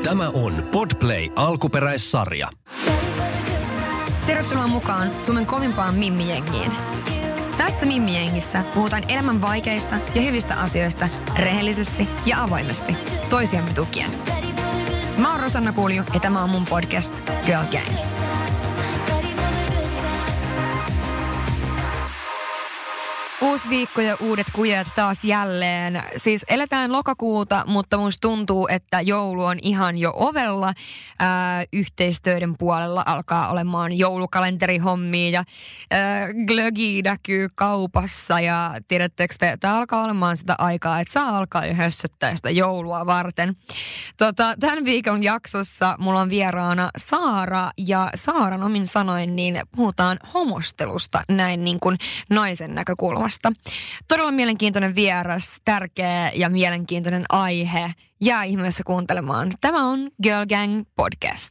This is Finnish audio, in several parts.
Tämä on Podplay alkuperäissarja. Tervetuloa mukaan Suomen kovimpaan Mimmi-jengiin. Tässä Mimmi-jengissä puhutaan elämän vaikeista ja hyvistä asioista rehellisesti ja avoimesti, toisiamme tukien. Mä oon Rosanna Kulju ja tämä on mun podcast Girl Gang. Uusi viikko ja uudet kujet taas jälleen. Siis eletään lokakuuta, mutta musta tuntuu, että joulu on ihan jo ovella. Yhteistöiden puolella alkaa olemaan joulukalenterihommia ja glögi näkyy kaupassa. Ja tiedättekö te, tämä alkaa olemaan sitä aikaa, että saa alkaa jo hössöttää sitä joulua varten. Tämän viikon jaksossa mulla on vieraana Saara ja Saaran omin sanoin niin puhutaan homostelusta näin niin kuin naisen näkökulmasta. Todella mielenkiintoinen vieras, tärkeä ja mielenkiintoinen aihe. Jää ihmeessä kuuntelemaan. Tämä on Girl Gang Podcast.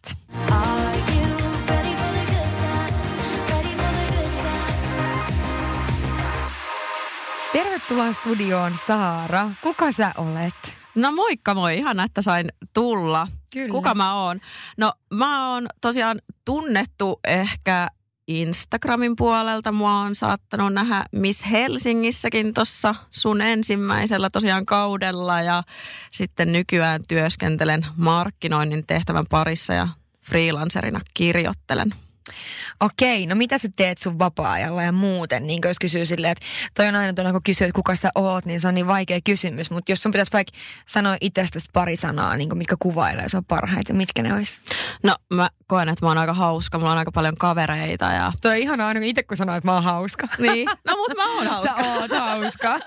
Tervetuloa studioon, Saara. Kuka sä olet? No moikka moi, ihana, että sain tulla. Kyllä. Kuka mä oon? No mä oon tosiaan tunnettu ehkä Instagramin puolelta. Mua on saattanut nähdä Miss Helsingissäkin tuossa sun ensimmäisellä tosiaan kaudella ja sitten nykyään työskentelen markkinoinnin tehtävän parissa ja freelancerina kirjoittelen. Okei, no mitä sä teet sun vapaa-ajalla ja muuten? Niin jos kysyy silleen, että toi on aina tuolla, kun kysyy, että kuka sä oot, niin se on niin vaikea kysymys. Mutta jos sun pitäisi vaikka sanoa itsestäsi pari sanaa, niin mitkä kuvailee sua parhaiten, mitkä ne olisi? No mä koen, että mä oon aika hauska, mulla on aika paljon kavereita ja... Toi on ihanaa aina itse, kun sanoo, että mä oon hauska. Niin, no mutta mä oon hauska. Sä oot hauska.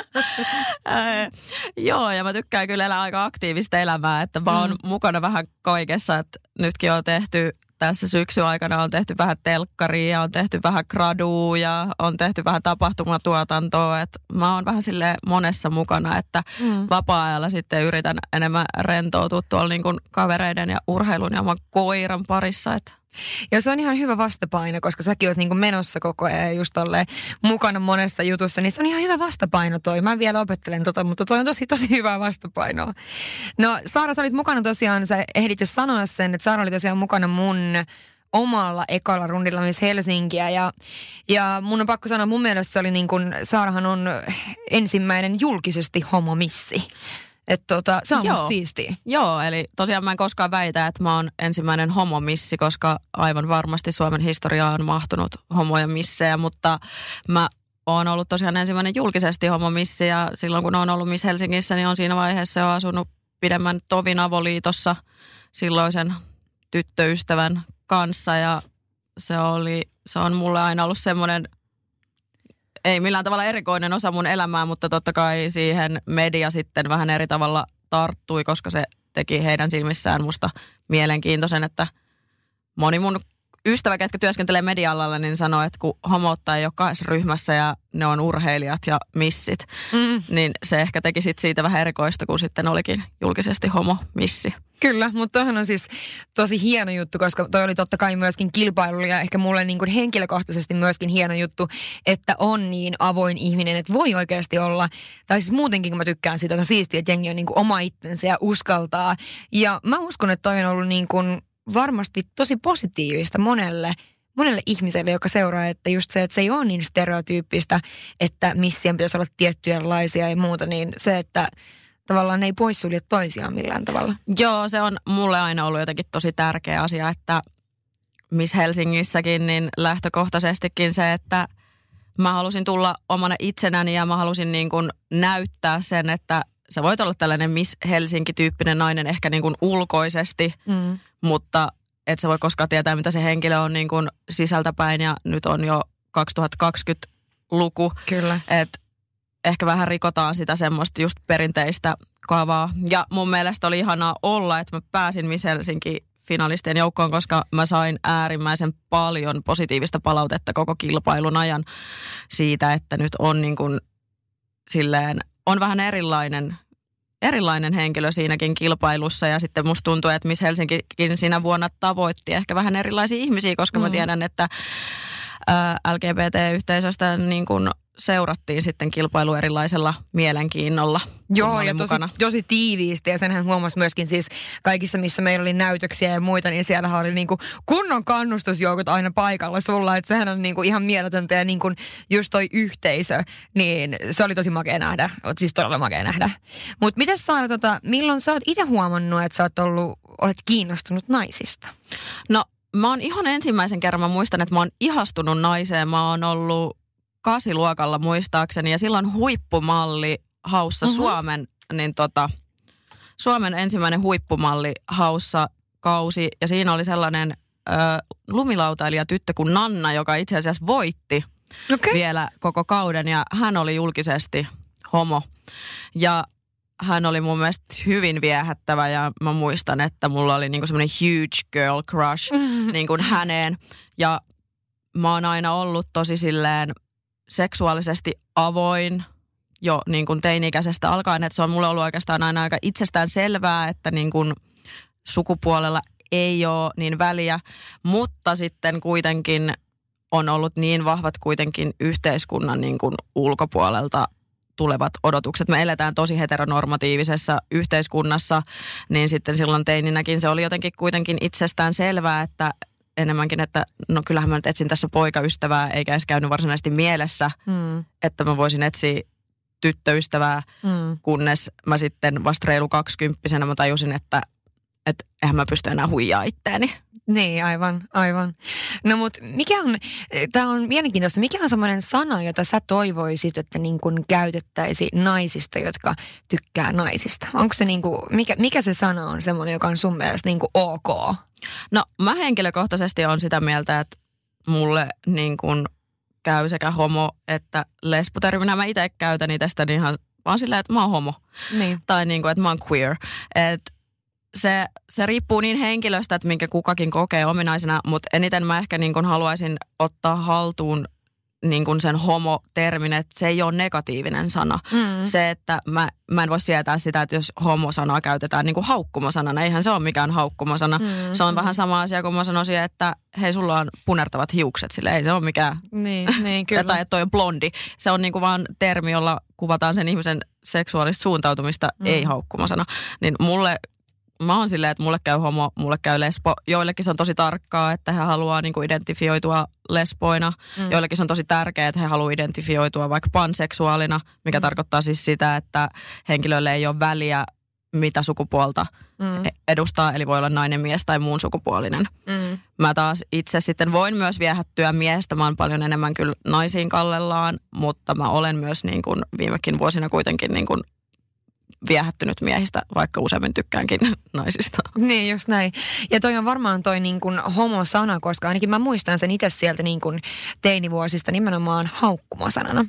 Joo, ja mä tykkään kyllä elää aika aktiivista elämää, että mä oon mukana vähän kaikessa, että nytkin on tehty... Tässä syksyn aikana on tehty vähän telkkaria, on tehty vähän gradua ja on tehty vähän tapahtumatuotantoa. Et mä oon vähän silleen monessa mukana, että vapaa-ajalla sitten yritän enemmän rentoutua tuolla niin kuin kavereiden ja urheilun ja oman koiran parissa. Ja se on ihan hyvä vastapaino, koska säkin oot niin kuin menossa koko ajan just tolleen mukana monessa jutussa, niin se on ihan hyvä vastapaino toi. Mä vielä opettelen mutta toi on tosi hyvää vastapainoa. No Saara, sä olit mukana tosiaan, sä ehdit jo sanoa sen, että Saara oli tosiaan mukana mun omalla ekalla rundilla Miss Helsinkiä ja mun on pakko sanoa, mun mielestä se oli niin kuin, Saarahan on ensimmäinen julkisesti homomissi. Että se on musta siistiä. Joo, eli tosiaan mä en koskaan väitä, että mä oon ensimmäinen homomissi, koska aivan varmasti Suomen historiaan on mahtunut homoja missejä, mutta mä oon ollut tosiaan ensimmäinen julkisesti homomissi ja silloin kun on ollut Miss Helsingissä, niin on siinä vaiheessa jo asunut pidemmän tovin avoliitossa silloisen tyttöystävän kanssa ja se on mulle aina ollut semmoinen... Ei millään tavalla erikoinen osa mun elämää, mutta totta kai siihen media sitten vähän eri tavalla tarttui, koska se teki heidän silmissään musta mielenkiintoisen, että moni mun ystävä, ketkä työskentelee media-alalla, niin sanoo, että kun homot ei ole kahdessa ryhmässä ja ne on urheilijat ja missit, niin se ehkä teki sit siitä vähän erikoista, kun sitten olikin julkisesti homomissi. Kyllä, mutta toihan on siis tosi hieno juttu, koska toi oli totta kai myöskin kilpailu ja ehkä mulle niin kuin henkilökohtaisesti myöskin hieno juttu, että on niin avoin ihminen, että voi oikeasti olla, tai siis muutenkin kun mä tykkään siitä, että on siistiä, että jengi on niin kuin oma itsensä ja uskaltaa. Ja mä uskon, että toi on ollut niin kuin varmasti tosi positiivista monelle ihmiselle, joka seuraa, että just se, että se ei ole niin stereotyyppistä, että missien pitäisi olla tiettyjänlaisia ja muuta, niin se, että tavallaan ne ei poissulje toisiaan millään tavalla. Joo, se on mulle aina ollut jotenkin tosi tärkeä asia, että Miss Helsingissäkin niin lähtökohtaisestikin se, että mä halusin tulla omana itsenäni ja mä halusin niin kuin näyttää sen, että sä voit olla tällainen Miss Helsinki-tyyppinen nainen ehkä niin kuin ulkoisesti, mutta et sä voi koskaan tietää, mitä se henkilö on niin kuin sisältäpäin ja nyt on jo 2020-luku. Kyllä. Että ehkä vähän rikotaan sitä semmoista just perinteistä kaavaa. Ja mun mielestä oli ihanaa olla, että mä pääsin Miss Helsinki-finalistien joukkoon, koska mä sain äärimmäisen paljon positiivista palautetta koko kilpailun ajan siitä, että nyt on niin kuin silleen, on vähän erilainen henkilö siinäkin kilpailussa ja sitten musta tuntuu, että Miss Helsinkikin siinä vuonna tavoitti ehkä vähän erilaisia ihmisiä, koska mä tiedän, että LGBT-yhteisöstä niin kuin seurattiin sitten kilpailu erilaisella mielenkiinnolla. Joo, ja tosi tiiviisti, ja senhän huomasi myöskin siis kaikissa, missä meillä oli näytöksiä ja muita, niin siellähän oli niinku kunnon kannustusjoukot aina paikalla sulla, että sehän on niinku ihan mieletöntä, ja niinku just toi yhteisö, niin se oli tosi makea nähdä, siis todella makea nähdä. Mutta mitäs Saara, milloin sä oot itse huomannut, että sä olet kiinnostunut naisista? No, mä oon ihan ensimmäisen kerran, mä muistan, että mä oon ihastunut naiseen, mä oon ollut 8-luokalla muistaakseni, ja silloin huippumalli haussa Suomen ensimmäinen huippumalli haussa kausi, ja siinä oli sellainen lumilautailija tyttö kuin Nanna, joka itse asiassa voitti vielä koko kauden, ja hän oli julkisesti homo, ja hän oli mun mielestä hyvin viehättävä, ja mä muistan, että mulla oli niinku semmoinen huge girl crush niinku häneen, ja mä oon aina ollut tosi silleen seksuaalisesti avoin jo niin kuin teini-ikäisestä alkaen, että se on mulle ollut oikeastaan aina aika itsestään selvää, että niin kuin sukupuolella ei ole niin väliä, mutta sitten kuitenkin on ollut niin vahvat kuitenkin yhteiskunnan niin kuin ulkopuolelta tulevat odotukset. Me eletään tosi heteronormatiivisessa yhteiskunnassa, niin sitten silloin teininäkin se oli jotenkin kuitenkin itsestään selvää, että enemmänkin, että no kyllähän mä nyt etsin tässä poikaystävää, eikä edes käynyt varsinaisesti mielessä, että mä voisin etsiä tyttöystävää, kunnes mä sitten vasta reilu 20-vuotiaana mä tajusin, että eihän mä pysty enää huijaa itteeni. Niin, aivan. No mut tää on mielenkiintoista, mikä on semmoinen sana, jota sä toivoisit, että niin kun käytettäisiin naisista, jotka tykkää naisista? Onko se niin kuin, mikä se sana on semmoinen, joka on sun mielestä niin kuin ok? No mä henkilökohtaisesti on sitä mieltä, että mulle niin kuin käy sekä homo että lesboterminä. Mä itse käytän itsestäni ihan vaan silleen, että mä oon homo. Niin. Tai niin kuin, että mä oon queer. Että se riippuu niin henkilöstä, että minkä kukakin kokee ominaisena, mutta eniten mä ehkä niin kuin haluaisin ottaa haltuun niin kuin sen homo-termin, että se ei ole negatiivinen sana. Se, että mä en voi sietää sitä, että jos homo-sanaa käytetään niin kuin haukkumasanana, eihän se ole mikään haukkumasana. Se on vähän sama asia, kun mä sanoisin, että hei, sulla on punertavat hiukset, sille ei se ole mikään. Niin kyllä. Tai että toi on blondi. Se on niin kuin vaan termi, jolla kuvataan sen ihmisen seksuaalista suuntautumista, ei haukkumasana. Niin mä oon silleen, että mulle käy homo, mulle käy lesbo. Joillekin se on tosi tarkkaa, että he haluaa niinku identifioitua lesboina. Joillekin se on tosi tärkeää, että he haluaa identifioitua vaikka panseksuaalina, mikä tarkoittaa siis sitä, että henkilölle ei ole väliä, mitä sukupuolta edustaa, eli voi olla nainen, mies tai muun sukupuolinen. Mä taas itse sitten voin myös viehättyä miestä. Mä oon paljon enemmän kyllä naisiin kallellaan, mutta mä olen myös niin kuin viimekin vuosina kuitenkin niin kuin viehättynyt miehistä, vaikka useammin tykkäänkin naisista. Niin, just näin. Ja toi on varmaan toi niin kuin homo-sana, koska ainakin mä muistan sen itse sieltä niin kuin teinivuosista nimenomaan haukkumasanana.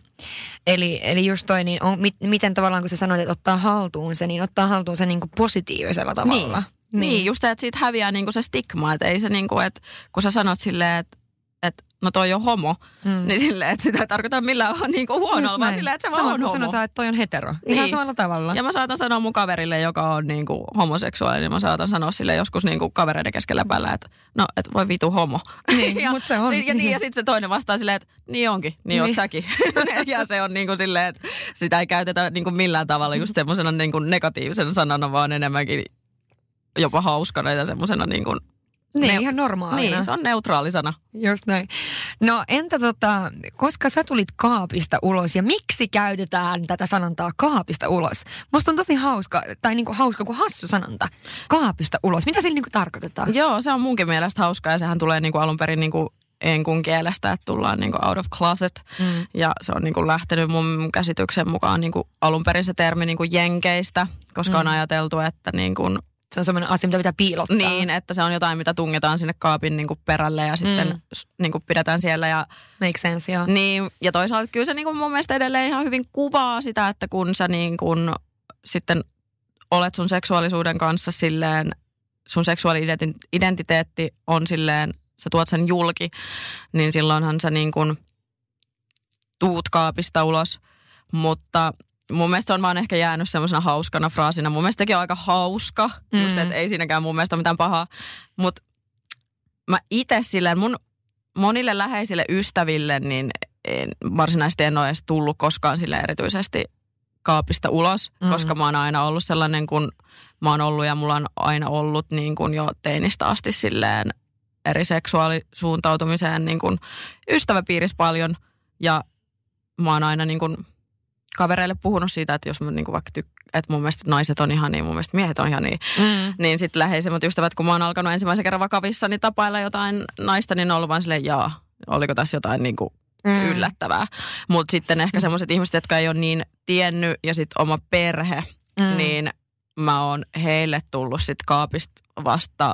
Eli just toi, niin miten tavallaan kun sä sanoit, että ottaa haltuun se, niin ottaa haltuun se niin kuin positiivisella tavalla. Niin, just se, että siitä häviää niin kuin se stigma, että ei se niin kuin, että kun sä sanot silleen, että no toi on homo, niin silleen, että sitä ei tarkoita millään niin kuin huonolla, vaan silleen, että se vaan on homo. Sanotaan, että toi on hetero. Niin. Ihan samalla tavalla. Ja mä saatan sanoa mun kaverille, joka on niin kuin homoseksuaalinen, niin mä saatan sanoa sille joskus niin kuin kavereiden keskellä päällä, että no, että voi vitu homo. Niin, mutta se on. Ja sitten se toinen vastaa silleen, että niin onkin, niin oot säkin. Ja se on niin kuin silleen, että sitä ei käytetä niin kuin millään tavalla just semmoisena niin kuin negatiivisena sanana, vaan enemmänkin jopa hauskana ja semmoisena niin kuin niin, ihan normaalina. Niin, se on neutraali sana. Just näin. No entä koska sä tulit kaapista ulos ja miksi käytetään tätä sanontaa kaapista ulos? Musta on tosi hauska, tai niinku hauska kuin hassu sanonta. Kaapista ulos. Mitä sillä niinku tarkoitetaan? Joo, se on munkin mielestä hauskaa ja sehän tulee niinku alun perin niinku enkun kielestä, että tullaan niinku out of closet. Ja se on niinku lähtenyt mun käsityksen mukaan niinku alun perin se termi niinku jenkeistä, koska on ajateltu, että niinku se on semmoinen asia, mitä pitää piilottaa. Niin, että se on jotain, mitä tungetaan sinne kaapin niin kuin perälle ja sitten niin kuin pidetään siellä. Ja make sense, joo. Niin, ja toisaalta kyllä se niin kuin mun mielestä edelleen ihan hyvin kuvaa sitä, että kun sä niin kuin sitten olet sun seksuaalisuuden kanssa silleen, sun seksuaali-identiteetti on silleen, sä tuot sen julki, niin silloinhan sä niin kuin tuut kaapista ulos, mutta mun mielestä se on vaan ehkä jäänyt semmoisena hauskana fraasina. Mun mielestä sekin on aika hauska, just, että ei siinäkään mun mielestä ole mitään pahaa. Mutta mä itse silleen, mun monille läheisille ystäville, niin varsinaisesti en ole edes tullut koskaan sille erityisesti kaapista ulos, koska mä oon aina ollut sellainen kuin mä oon ollut ja mulla on aina ollut niin kuin jo teinistä asti silleen eri seksuaalisuuntautumiseen niin kuin ystäväpiirissä paljon ja mä oon aina niin kuin kavereille puhunut siitä, että jos mä niin kuin vaikka että mun mielestä naiset on ihania, mun mielestä miehet on ihania, niin sitten läheisemmät ystävät, kun mä oon alkanut ensimmäisen kerran vakavissani tapailla jotain naista, niin on ollut vaan silleen, oliko tässä jotain niin kuin yllättävää. Mutta sitten ehkä semmoiset ihmiset, jotka ei ole niin tiennyt ja sitten oma perhe, niin mä oon heille tullut sitten kaapista vasta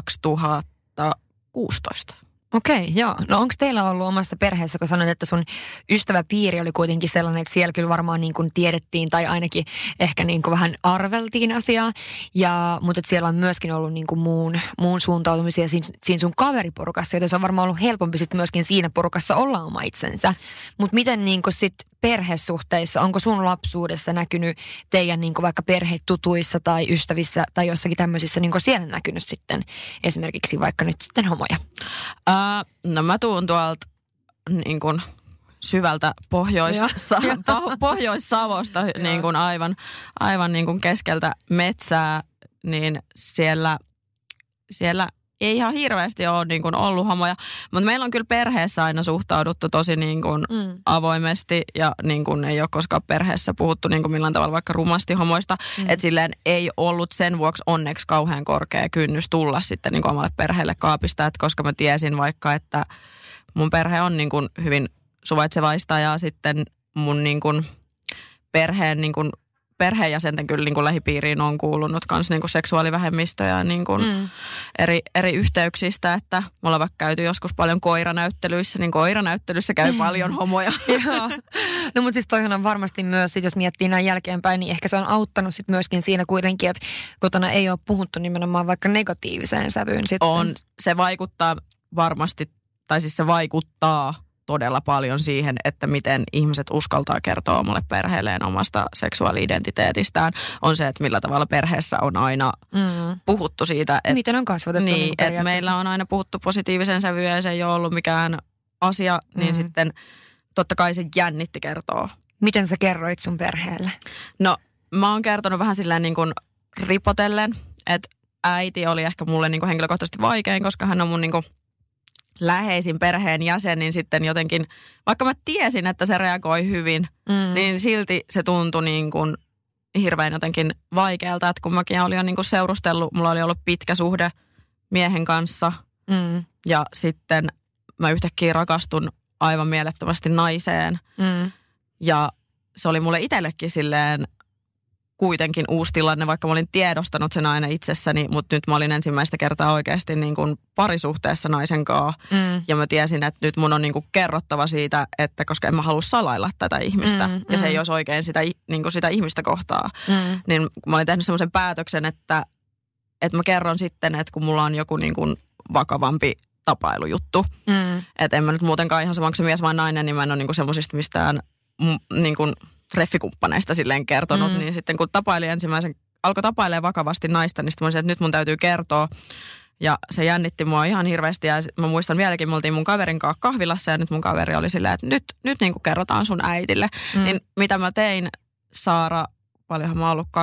2016. Okei, joo. No onko teillä ollut omassa perheessä, kun sanoit, että sun ystäväpiiri oli kuitenkin sellainen, että siellä kyllä varmaan niin kuin tiedettiin tai ainakin ehkä niin kuin vähän arveltiin asiaa, mutta että siellä on myöskin ollut niin kuin muun suuntautumisia siinä sun kaveriporukassa, joten se on varmaan ollut helpompi sitten myöskin siinä porukassa olla oma itsensä. Mutta miten niin kuin sitten perhesuhteissa, onko sun lapsuudessa näkynyt teidän niin kuin vaikka perhetutuissa tai ystävissä tai jossakin tämmöisissä, niin kuin siellä näkynyt sitten esimerkiksi vaikka nyt sitten homoja? No mä tuun tuolta niin kuin syvältä Pohjois-Savosta niin kuin aivan niin kuin keskeltä metsää, niin siellä ei ihan hirveästi ole niin kuin ollut homoja, mutta meillä on kyllä perheessä aina suhtauduttu tosi niin kuin avoimesti ja niin kuin ei ole koskaan perheessä puhuttu niin kuin millään tavalla vaikka rumasti homoista. Että silleen ei ollut sen vuoksi onneksi kauhean korkea kynnys tulla sitten niin kuin omalle perheelle kaapista, että koska mä tiesin vaikka, että mun perhe on niin kuin hyvin suvaitsevaista ja sitten mun niin kuin perheenjäsenten kyllä niin kuin lähipiiriin on kuulunut myös niin kuin seksuaalivähemmistöjä niin kuin eri yhteyksistä, että me ollaan vaikka käyty joskus paljon koiranäyttelyissä, niin koiranäyttelyssä käy paljon homoja. Joo. No mutta siis toihan on varmasti myös, jos miettii näin jälkeenpäin, niin ehkä se on auttanut sitten myöskin siinä kuitenkin, että kotona ei ole puhuttu nimenomaan vaikka negatiiviseen sävyyn sitten. Se vaikuttaa varmasti, tai siis se vaikuttaa todella paljon siihen, että miten ihmiset uskaltaa kertoa omalle perheelleen omasta seksuaali-identiteetistään, on se, että millä tavalla perheessä on aina puhuttu siitä. Että, miten on kasvatettu? Niin, että meillä on aina puhuttu positiivisen sävyyn ja se ei ole ollut mikään asia, niin sitten totta kai se jännitti kertoa. Miten sä kerroit sun perheelle? No, mä oon kertonut vähän silleen niin kuin ripotellen, että äiti oli ehkä mulle niin kuin henkilökohtaisesti vaikein, koska hän on mun niin kuin läheisin perheen jäsen, niin sitten jotenkin, vaikka mä tiesin, että se reagoi hyvin, niin silti se tuntui niin kuin hirveän jotenkin vaikealta, että kun mäkin olin jo niin kuin seurustellut, mulla oli ollut pitkä suhde miehen kanssa ja sitten mä yhtäkkiä rakastun aivan mielettömästi naiseen ja se oli mulle itsellekin silleen kuitenkin uusi tilanne, vaikka mä olin tiedostanut sen aina itsessäni, mutta nyt mä olin ensimmäistä kertaa oikeasti niin kuin parisuhteessa naisen kanssa. Ja mä tiesin, että nyt mun on niin kuin kerrottava siitä, että koska en mä halua salailla tätä ihmistä. Ja se ei olisi oikein niin kuin sitä ihmistä kohtaa. Niin mä olin tehnyt semmoisen päätöksen, että mä kerron sitten, että kun mulla on joku niin kuin vakavampi tapailujuttu. Että en mä nyt muutenkaan ihan sama, onko se mies vai nainen, niin mä en ole niin kuin semmoisista mistään niin kuin treffikumppaneista silleen kertonut, niin sitten kun alkoi tapailemaan vakavasti naista, niin sitten mä olisin, että nyt mun täytyy kertoa. Ja se jännitti mua ihan hirveästi ja mä muistan vieläkin, me oltiin mun kaverin kanssa kahvilassa ja nyt mun kaveri oli silleen, että nyt niin kuin kerrotaan sun äitille. Niin mitä mä tein, Saara, paljonhan mä oon ollut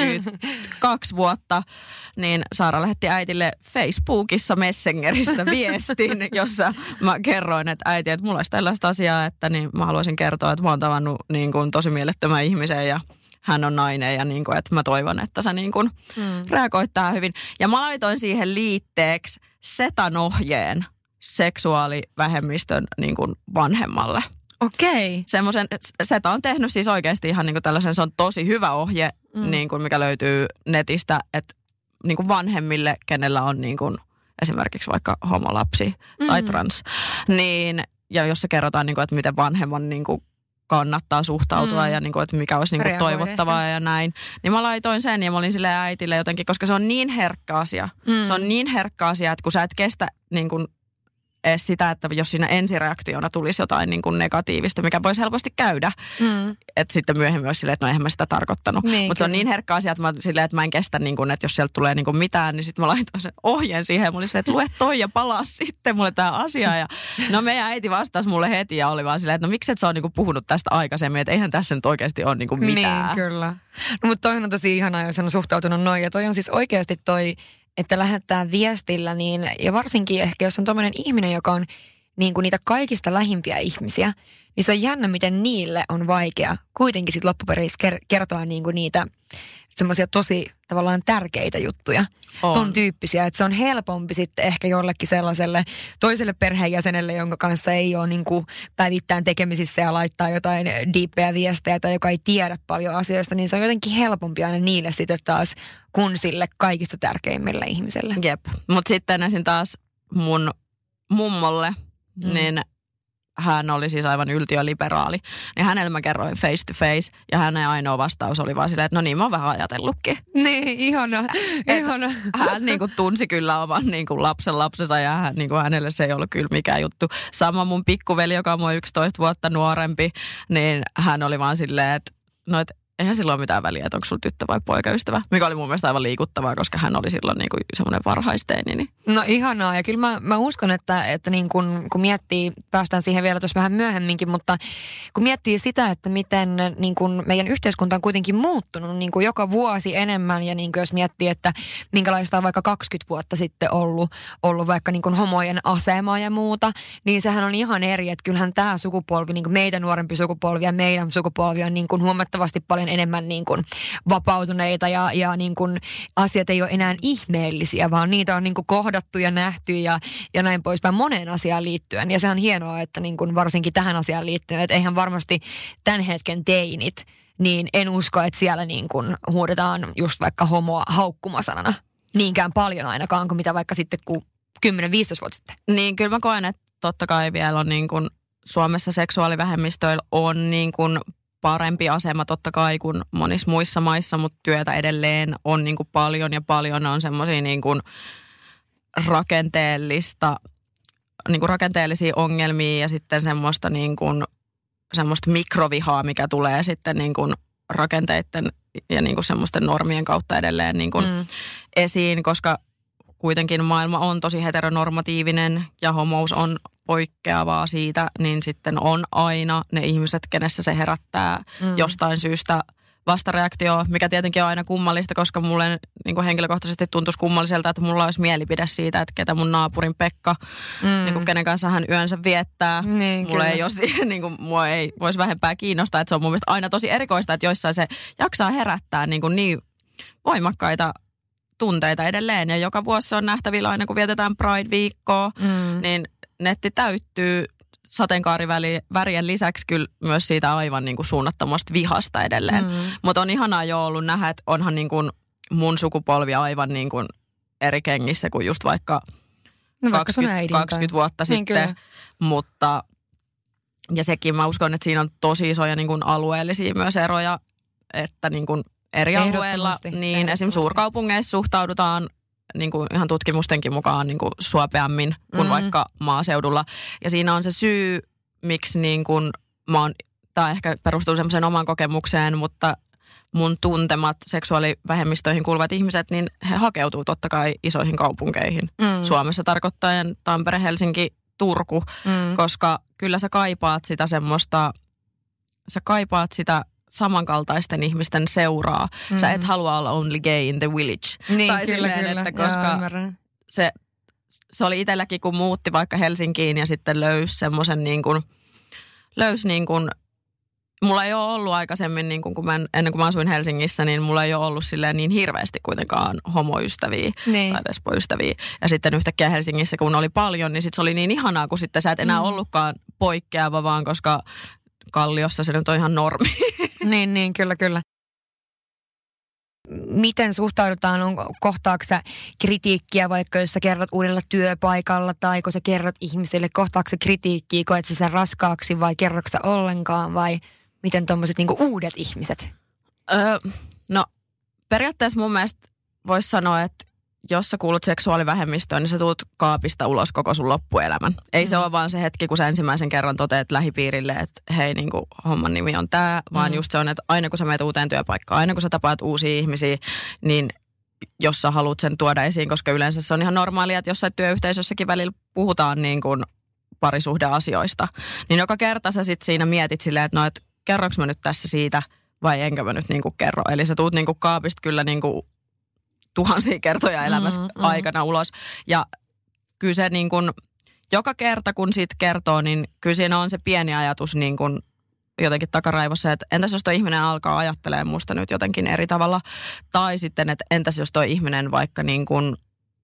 22 vuotta, niin Saara lähetti äitille Facebookissa Messengerissä viestin, jossa mä kerroin, että äiti, että mulla olisi tällaista asiaa, että niin mä haluaisin kertoa, että mä oon tavannut niin kuin tosi mielettömän ihmisen ja hän on nainen ja niin kuin, että mä toivon, että sä niin kuin reagoit tähän hyvin. Ja mä laitoin siihen liitteeksi Setan ohjeen seksuaalivähemmistön niin kuin vanhemmalle. Okei. Semmoisen, Seta on tehnyt siis oikeasti ihan niin kuin tällaisen, se on tosi hyvä ohje, niin kuin mikä löytyy netistä, että niin kuin vanhemmille, kenellä on niin kuin esimerkiksi vaikka homolapsi tai trans, niin, ja jossa kerrotaan, niin kuin, että miten vanhemman niin kuin kannattaa suhtautua ja niin kuin, että mikä olisi niin kuin toivottavaa ja näin. Niin mä laitoin sen ja mä olin silleen äitille jotenkin, koska se on niin herkkä asia. Se on niin herkkä asia, että kun sä et kestä niin kuin edes sitä, että jos siinä ensireaktiona tulisi jotain niin kuin negatiivista, mikä voisi helposti käydä. Että sitten myöhemmin olisi silleen, että no eihän mä sitä tarkoittanut. Niin, mutta se on niin herkkä asia, että mä en kestä, niin kuin, että jos sieltä tulee niin kuin mitään, niin sitten mä laitoin sen ohjeen siihen. Ja mulla oli silleen, että lue toi ja palaa sitten mulle tämä asia. Ja no meidän äiti vastasi mulle heti ja oli vaan silleen, että no miksi et sä ole niin kuin puhunut tästä aikaisemmin, että eihän tässä nyt oikeasti ole niin kuin mitään. Niin, kyllä. No, mutta toi on tosi ihanaa, jos on suhtautunut noin. Ja toi on siis oikeasti toi, että lähettää viestillä, niin, ja varsinkin ehkä jos on tommoinen ihminen, joka on niin kuin niitä kaikista lähimpiä ihmisiä, niin se on jännä, miten niille on vaikea kuitenkin sit loppupeleissä kertoa niin kuin niitä semmoisia tosi tavallaan tärkeitä juttuja, ton tyyppisiä, että se on helpompi sitten ehkä jollekin sellaiselle toiselle perheenjäsenelle, jonka kanssa ei ole niin kuin päivittäin tekemisissä ja laittaa jotain diippejä viestejä tai joka ei tiedä paljon asioista, niin se on jotenkin helpompi aina niille sitten taas kuin sille kaikista tärkeimmille ihmiselle. Jep, mutta sitten esim. Taas mun mummolle, niin hän oli siis aivan yltiöliberaali. Niin hänelle mä kerroin face to face ja hänen ainoa vastaus oli vaan silleen, että no niin mä oon vähän ajatellutkin. Niin, ihana. Hän niin kuin tunsi kyllä oman niin kuin lapsensa ja hän, niin kuin hänelle se ei ollut kyllä mikään juttu. Sama mun pikkuveli, joka on mua 11 vuotta nuorempi, niin hän oli vaan silleen, että no et eihän sillä ole mitään väliä, että onko sulla tyttö vai poikaystävä. Mikä oli mun mielestä aivan liikuttavaa, koska hän oli silloin niin kuin semmoinen varhaisteini. Niin. No ihanaa, ja kyllä mä uskon, että niin kun miettii, päästään siihen vielä tuossa vähän myöhemminkin, mutta kun miettii sitä, että miten niin kun meidän yhteiskunta on kuitenkin muuttunut niin kun joka vuosi enemmän, ja niin kun jos miettii, että minkälaista on vaikka 20 vuotta sitten ollut vaikka niin kun homojen asemaa ja muuta, niin sehän on ihan eri, että kyllähän tämä sukupolvi, niin kuin meidän nuorempi sukupolvi ja meidän sukupolvi on niin kun huomattavasti paljon enemmän niin kuin vapautuneita ja niin kuin asiat ei ole enää ihmeellisiä, vaan niitä on niin kuin kohdattu ja nähty ja näin poispäin moneen asiaan liittyen. Ja se on hienoa, että niin kuin varsinkin tähän asiaan liittyen, että eihän varmasti tämän hetken teinit, niin en usko, että siellä niin kuin huudetaan just vaikka homoa haukkumasanana niinkään paljon ainakaan kuin mitä vaikka sitten 10-15 vuotta sitten. Niin, kyllä mä koen, että totta kai vielä on niin kuin Suomessa seksuaalivähemmistöillä on niin kuin parempi asema totta kai kuin monissa muissa maissa, mutta työtä edelleen on niin kuin paljon ja paljon on semmoisia niin kuin rakenteellisia ongelmia ja sitten semmoista mikrovihaa, mikä tulee sitten niin kuin rakenteiden ja niin kuin semmoisten normien kautta edelleen niin kuin esiin, koska kuitenkin maailma on tosi heteronormatiivinen ja homous on poikkeavaa siitä, niin sitten on aina ne ihmiset, kenessä se herättää jostain syystä vastareaktio, mikä tietenkin on aina kummallista, koska mulle niin kuin henkilökohtaisesti tuntuisi kummalliselta, että mulla olisi mielipide siitä, että ketä mun naapurin Pekka, niin kuin kenen kanssa hän yönsä viettää. Niin, mulla ei ole siihen, niin kuin, mua ei voisi vähempää kiinnostaa, että se on mun mielestä aina tosi erikoista, että joissain se jaksaa herättää niin voimakkaita tunteita edelleen. Ja joka vuosi se on nähtävillä aina, kun vietetään Pride-viikkoa, niin netti täyttyy sateenkaarivärien lisäksi kyllä myös siitä aivan niin kuin suunnattomasta vihasta edelleen. Mutta on ihanaa jo ollut nähdä, että onhan niin kuin mun sukupolvi aivan niin kuin eri kengissä kuin just vaikka 20 vuotta niin sitten. kyllä. Mutta ja sekin mä uskon, että siinä on tosi isoja niin kuin alueellisia myös eroja, että niin kuin eri alueilla, niin esimerkiksi suurkaupungeissa suhtaudutaan niin kuin ihan tutkimustenkin mukaan niin kuin suopeammin kuin vaikka maaseudulla. Ja siinä on se syy, miksi niin kuin tämä ehkä perustuu semmoiseen omaan kokemukseen, mutta mun tuntemat seksuaalivähemmistöihin kuuluvat ihmiset, niin he hakeutuu totta kai isoihin kaupunkeihin. Suomessa tarkoittaen Tampere, Helsinki, Turku, koska kyllä sä kaipaat sitä samankaltaisten ihmisten seuraa. Sä et halua olla only gay in the village. Niin, tai kyllä. Että koska se oli itselläkin, kun muutti vaikka Helsinkiin ja sitten löysi semmoisen niin kuin, mulla ei ole ollut aikaisemmin, niin kuin ennen kuin mä asuin Helsingissä, niin mulla ei ole ollut silleen niin hirveästi kuitenkaan homoystäviä tai lesboystäviä. Ja sitten yhtäkkiä Helsingissä, kun oli paljon, niin sitten se oli niin ihanaa, kun sitten sä et enää ollutkaan poikkeava, vaan koska Kalliossa se nyt on ihan normi. Niin, kyllä. Miten suhtaudutaan, kohtaako sä kritiikkiä vaikka jos sä kerrot uudella työpaikalla tai kun sä kerrot ihmisille, kohtaako sä kritiikkiä, koet sä sen raskaaksi vai kerrotko sä ollenkaan vai miten tommoset niinku uudet ihmiset? No periaatteessa mun mielestä voisi sanoa, että jos sä kuulut seksuaalivähemmistöön, niin sä tuut kaapista ulos koko sun loppuelämän. Ei se ole vaan se hetki, kun sä ensimmäisen kerran toteat lähipiirille, että hei, niin kuin homman nimi on tää, vaan just se on, että aina kun sä menet uuteen työpaikkaan, aina kun sä tapaat uusia ihmisiä, niin jos sä haluat sen tuoda esiin, koska yleensä se on ihan normaalia, että jossain työyhteisössäkin välillä puhutaan niin kuin parisuhdeasioista, niin joka kerta sä sit siinä mietit silleen, että no, että kerroks mä nyt tässä siitä vai enkä mä nyt niin kuin kerro. Eli sä tuut niin kuin kaapista kyllä niin kuin tuhansia kertoja elämässä aikana ulos. Ja kyllä se niin kuin, joka kerta kun siitä kertoo, niin kyllä siinä on se pieni ajatus niin kuin jotenkin takaraivossa, että entäs jos toi ihminen alkaa ajattelemaan musta nyt jotenkin eri tavalla. Tai sitten, että entäs jos toi ihminen vaikka niin kuin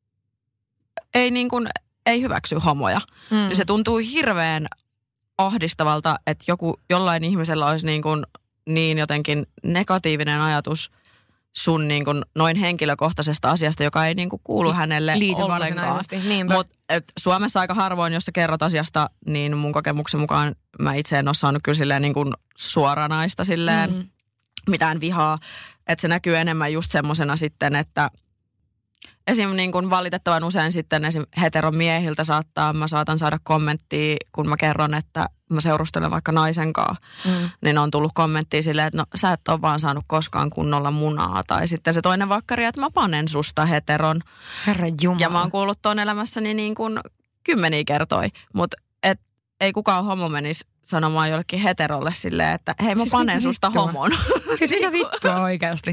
ei hyväksy homoja. Niin se tuntuu hirveän ahdistavalta, että jollain ihmisellä olisi niin jotenkin negatiivinen ajatus sun niin kuin noin henkilökohtaisesta asiasta, joka ei niin kuin kuulu hänelle ollenkaan. Mutta Suomessa aika harvoin, jos sä kerrot asiasta, niin mun kokemuksen mukaan mä itse en ole saanut kyllä silleen niin kuin suoranaista silleen mitään vihaa. Että se näkyy enemmän just semmosena sitten, että esim. Niin kuin valitettavan usein sitten esim. Heteromiehiltä mä saatan saada kommenttia, kun mä kerron, että mä seurustelen vaikka naisen kanssa, niin on tullut kommenttia silleen, että no sä et ole vaan saanut koskaan kunnolla munaa. Tai sitten se toinen vakkari, että mä panen susta heteron. Herranjumala. Ja mä oon kuullut ton elämässäni niin kuin 10 kertoi, mutta ei kukaan homo menisi sanomaan jollekin heterolle silleen, että hei mä siis panen susta homon. Siis mitä vittua oikeasti?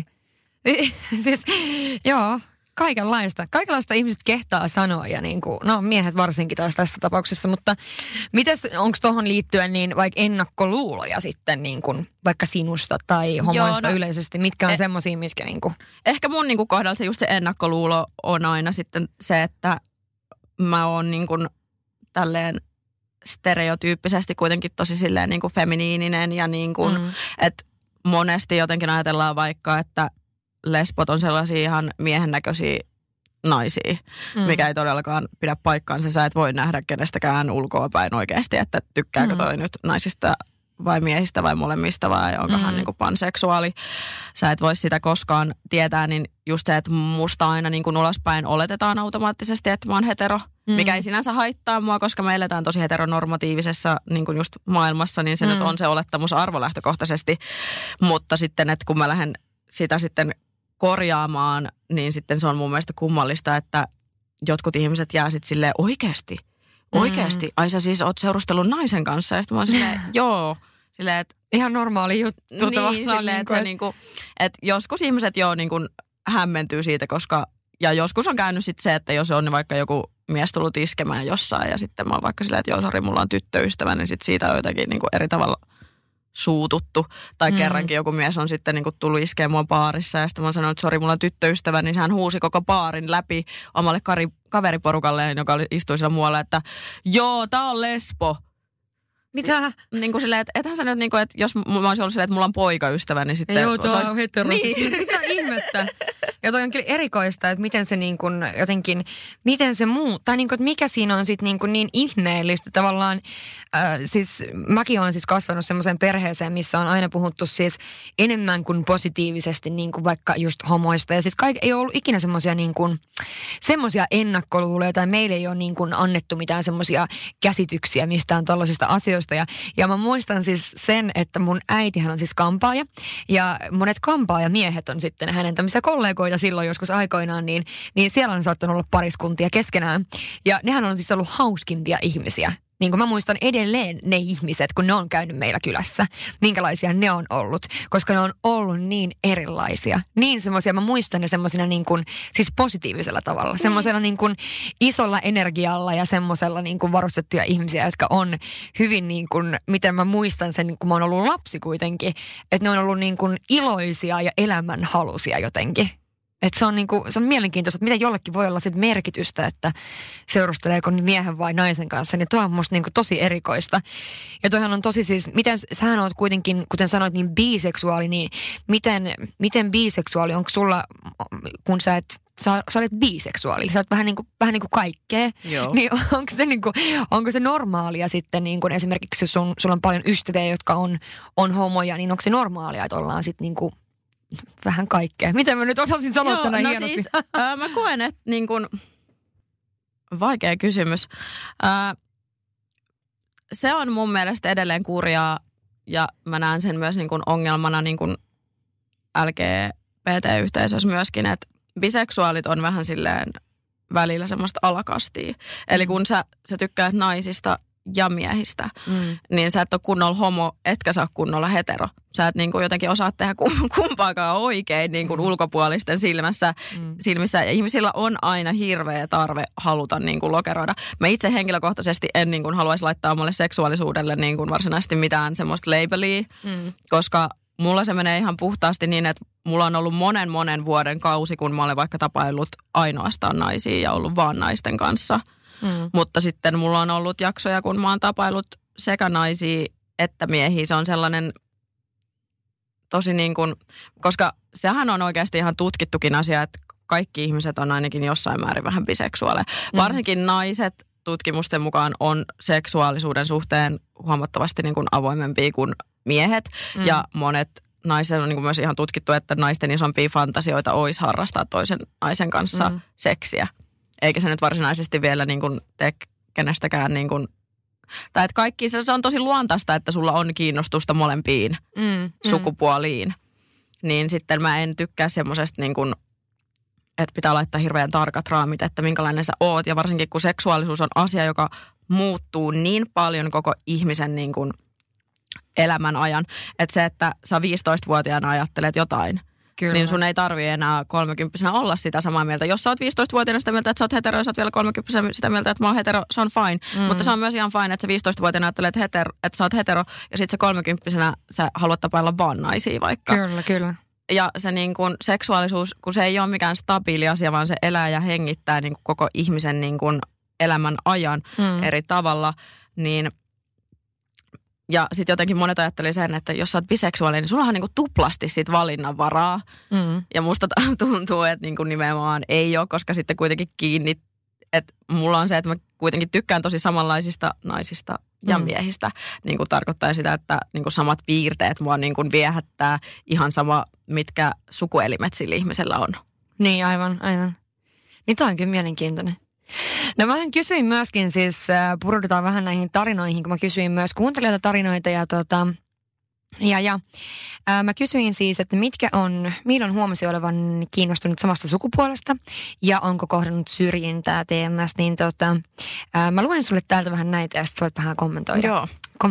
Siis joo. Kaikenlaista ihmiset kehtaa sanoa ja niin kuin, no miehet varsinkin taas tässä tapauksessa, mutta onko tuohon liittyen niin vaikka ennakkoluuloja sitten niin kuin vaikka sinusta tai homoista yleisesti, mitkä on semmoisia, mitkä niin kuin. Ehkä mun niin kuin kohdalla se just se ennakkoluulo on aina sitten se, että mä oon niin kuin tälleen stereotyyppisesti kuitenkin tosi silleen niin kuin feminiininen ja niin kuin, että monesti jotenkin ajatellaan vaikka, että lesbot on sellaisia ihan miehen näköisiä naisia, mikä ei todellakaan pidä paikkaansa. Sä et voi nähdä kenestäkään ulkoapäin oikeasti, että tykkääkö toi nyt naisista vai miehistä vai molemmista vai onko hän niin kuin panseksuaali. Sä et voi sitä koskaan tietää, niin just se, että musta aina niin kuin ulospäin oletetaan automaattisesti, että mä oon hetero, mikä ei sinänsä haittaa mua, koska me eletään tosi heteronormatiivisessa niin kuin just maailmassa, niin se nyt on se olettamus arvolähtökohtaisesti. Mutta sitten, että kun mä lähden sitä sitten korjaamaan, niin sitten se on mun mielestä kummallista, että jotkut ihmiset jää sitten silleen oikeasti, ai sä siis oot seurustellut naisen kanssa, ja sitten mä oon silleen, joo, silleen, että ihan normaali juttu. Niin, silleen, että että joskus ihmiset niinku hämmentyy siitä, koska, ja joskus on käynyt sitten se, että jos on vaikka joku mies tullut iskemään jossain, ja sitten mä oon vaikka silleen, että joo, sori, mulla on tyttöystävä, niin sitten siitä on jotakin niinku eri tavalla suututtu. Tai kerrankin joku mies on sitten niinku tullut iskeä mua baarissa ja sitten mä oon sanonut, että sori, mulla on tyttöystävä, niin hän huusi koko baarin läpi omalle kaveriporukalleen, joka istui siellä muualla, että joo, tää on lesbo. Mitä? Niin kuin silleen, että ethän sä nyt niin kuin, että jos mä olisin ollut silleen, että mulla on poikaystävä, niin sitten. Joo, tuo on hetero. Niin. Mitä ihmettä? Ja toi on kyllä erikoista, että miten se niin kuin jotenkin, miten se tai niin kuin, että mikä siinä on sitten niin ihmeellistä tavallaan. Siis mäkin olen siis kasvanut semmoiseen perheeseen, missä on aina puhuttu siis enemmän kuin positiivisesti niin kuin vaikka just homoista. Ja siis ei ole ollut ikinä semmoisia niin kuin, semmoisia ennakkoluuloja tai meille ei ole niin kuin annettu mitään semmoisia käsityksiä mistään tällaisista asioista. Ja mä muistan siis sen, että mun äitihän on siis kampaaja ja monet kampaajamiehet on sitten hänen tämmöisiä kollegoita silloin joskus aikoinaan, niin siellä on saattanut olla pariskuntia keskenään. Ja nehän on siis ollut hauskimpia ihmisiä. Niin kuin mä muistan edelleen ne ihmiset, kun ne on käynyt meillä kylässä, minkälaisia ne on ollut, koska ne on ollut niin erilaisia. Niin semmoisia, mä muistan ne semmoisina niin kuin, siis positiivisella tavalla, semmoisella niin kuin isolla energialla ja semmoisella niin kuin varustettuja ihmisiä, jotka on hyvin niin kuin, miten mä muistan sen, kun mä oon ollut lapsi kuitenkin, että ne on ollut niin kuin iloisia ja elämänhaluisia jotenkin. Että se on mielenkiintoista, että miten jollekin voi olla sit merkitystä, että seurusteleeko miehen vai naisen kanssa. Niin tuo on musta niinku tosi erikoista. Ja toihan on tosi siis, miten sähän oot kuitenkin, kuten sanoit, niin biseksuaali, niin miten biseksuaali, onko sulla, kun sä olet biseksuaali, sä olet vähän niin kuin kaikkea. Joo. Niin onko se normaalia sitten niin kuin esimerkiksi jos sulla on paljon ystäviä, jotka on homoja, niin onko se normaalia, että ollaan sitten niin kuin vähän kaikkea. Miten mä nyt osasin sanoa tänään hienosti? Siis, mä koen, että niin kun, vaikea kysymys. Se on mun mielestä edelleen kurjaa ja mä näen sen myös niin kun ongelmana niin kun LGBT-yhteisössä myöskin, että biseksuaalit on vähän silleen välillä semmoista alakastia. Eli kun sä tykkäät naisista ja miehistä, niin sä et ole kunnolla homo, etkä saa kunnolla hetero. Sä et niin kuin jotenkin osaa tehdä kumpaakaan oikein niin kuin ulkopuolisten silmissä. Ja ihmisillä on aina hirveä tarve haluta niin kuin lokeroida. Mä itse henkilökohtaisesti en niin kuin haluaisi laittaa omalle seksuaalisuudelle niin kuin varsinaisesti mitään semmoista labelia, koska mulla se menee ihan puhtaasti niin, että mulla on ollut monen vuoden kausi, kun mä olen vaikka tapaillut ainoastaan naisia ja ollut vaan naisten kanssa. Mutta sitten mulla on ollut jaksoja, kun mä oon tapaillut sekä naisia että miehiä. Se on sellainen tosi niin kuin, koska sehän on oikeasti ihan tutkittukin asia, että kaikki ihmiset on ainakin jossain määrin vähän biseksuaaleja. Varsinkin naiset tutkimusten mukaan on seksuaalisuuden suhteen huomattavasti niin kuin avoimempia kuin miehet. Ja monet naiset on niin kuin myös ihan tutkittu, että naisten isompia fantasioita olisi harrastaa toisen naisen kanssa seksiä. Eikä se nyt varsinaisesti vielä niin kuin tee kenestäkään niin kuin, tai että kaikki, se on tosi luontaista, että sulla on kiinnostusta molempiin sukupuoliin. Niin sitten mä en tykkää semmoisesta niin kuin, että pitää laittaa hirveän tarkat raamit, että minkälainen sä oot. Ja varsinkin kun seksuaalisuus on asia, joka muuttuu niin paljon koko ihmisen niin kuin elämän ajan. Että se, että sä 15-vuotiaana ajattelet jotain, kyllä, niin sun ei tarvitse enää 30-vuotiaana olla sitä samaa mieltä. Jos sä oot 15-vuotiaana sitä mieltä, että sä oot hetero, ja sä oot vielä 30-vuotiaana sitä mieltä, että mä oon hetero, se on fine. Mutta se on myös ihan fine, että sä 15-vuotiaana ajattelet, että sä oot hetero, ja sit sä 30-vuotiaana sä haluat tapailla vaan naisia vaikka. Kyllä. Ja se niin kun seksuaalisuus, kun se ei ole mikään stabiili asia, vaan se elää ja hengittää niin kun koko ihmisen niin kun elämän ajan eri tavalla, niin ja sitten jotenkin monet ajatteli sen, että jos sä oot biseksuaalinen, niin sulla on niinku tuplasti sit valinnanvaraa. Ja musta tuntuu, että niinku nimenomaan ei ole, koska sitten kuitenkin kiinni, että mulla on se, että mä kuitenkin tykkään tosi samanlaisista naisista ja miehistä. Niin kuin tarkoittaa sitä, että niin kuin samat piirteet mua niin kuin viehättää ihan sama, mitkä sukuelimet sillä ihmisellä on. Niin, aivan. Niin tämä on kyllä mielenkiintoinen. No mä kysyin myöskin, siis pureudutaan vähän näihin tarinoihin, kun mä kysyin myös kuuntelijoita tarinoita ja mä kysyin siis, että milloin huomasi olevan kiinnostunut samasta sukupuolesta ja onko kohdannut syrjintää TMS, niin mä luen sulle täältä vähän näitä ja sitten voit vähän kommentoida. Joo.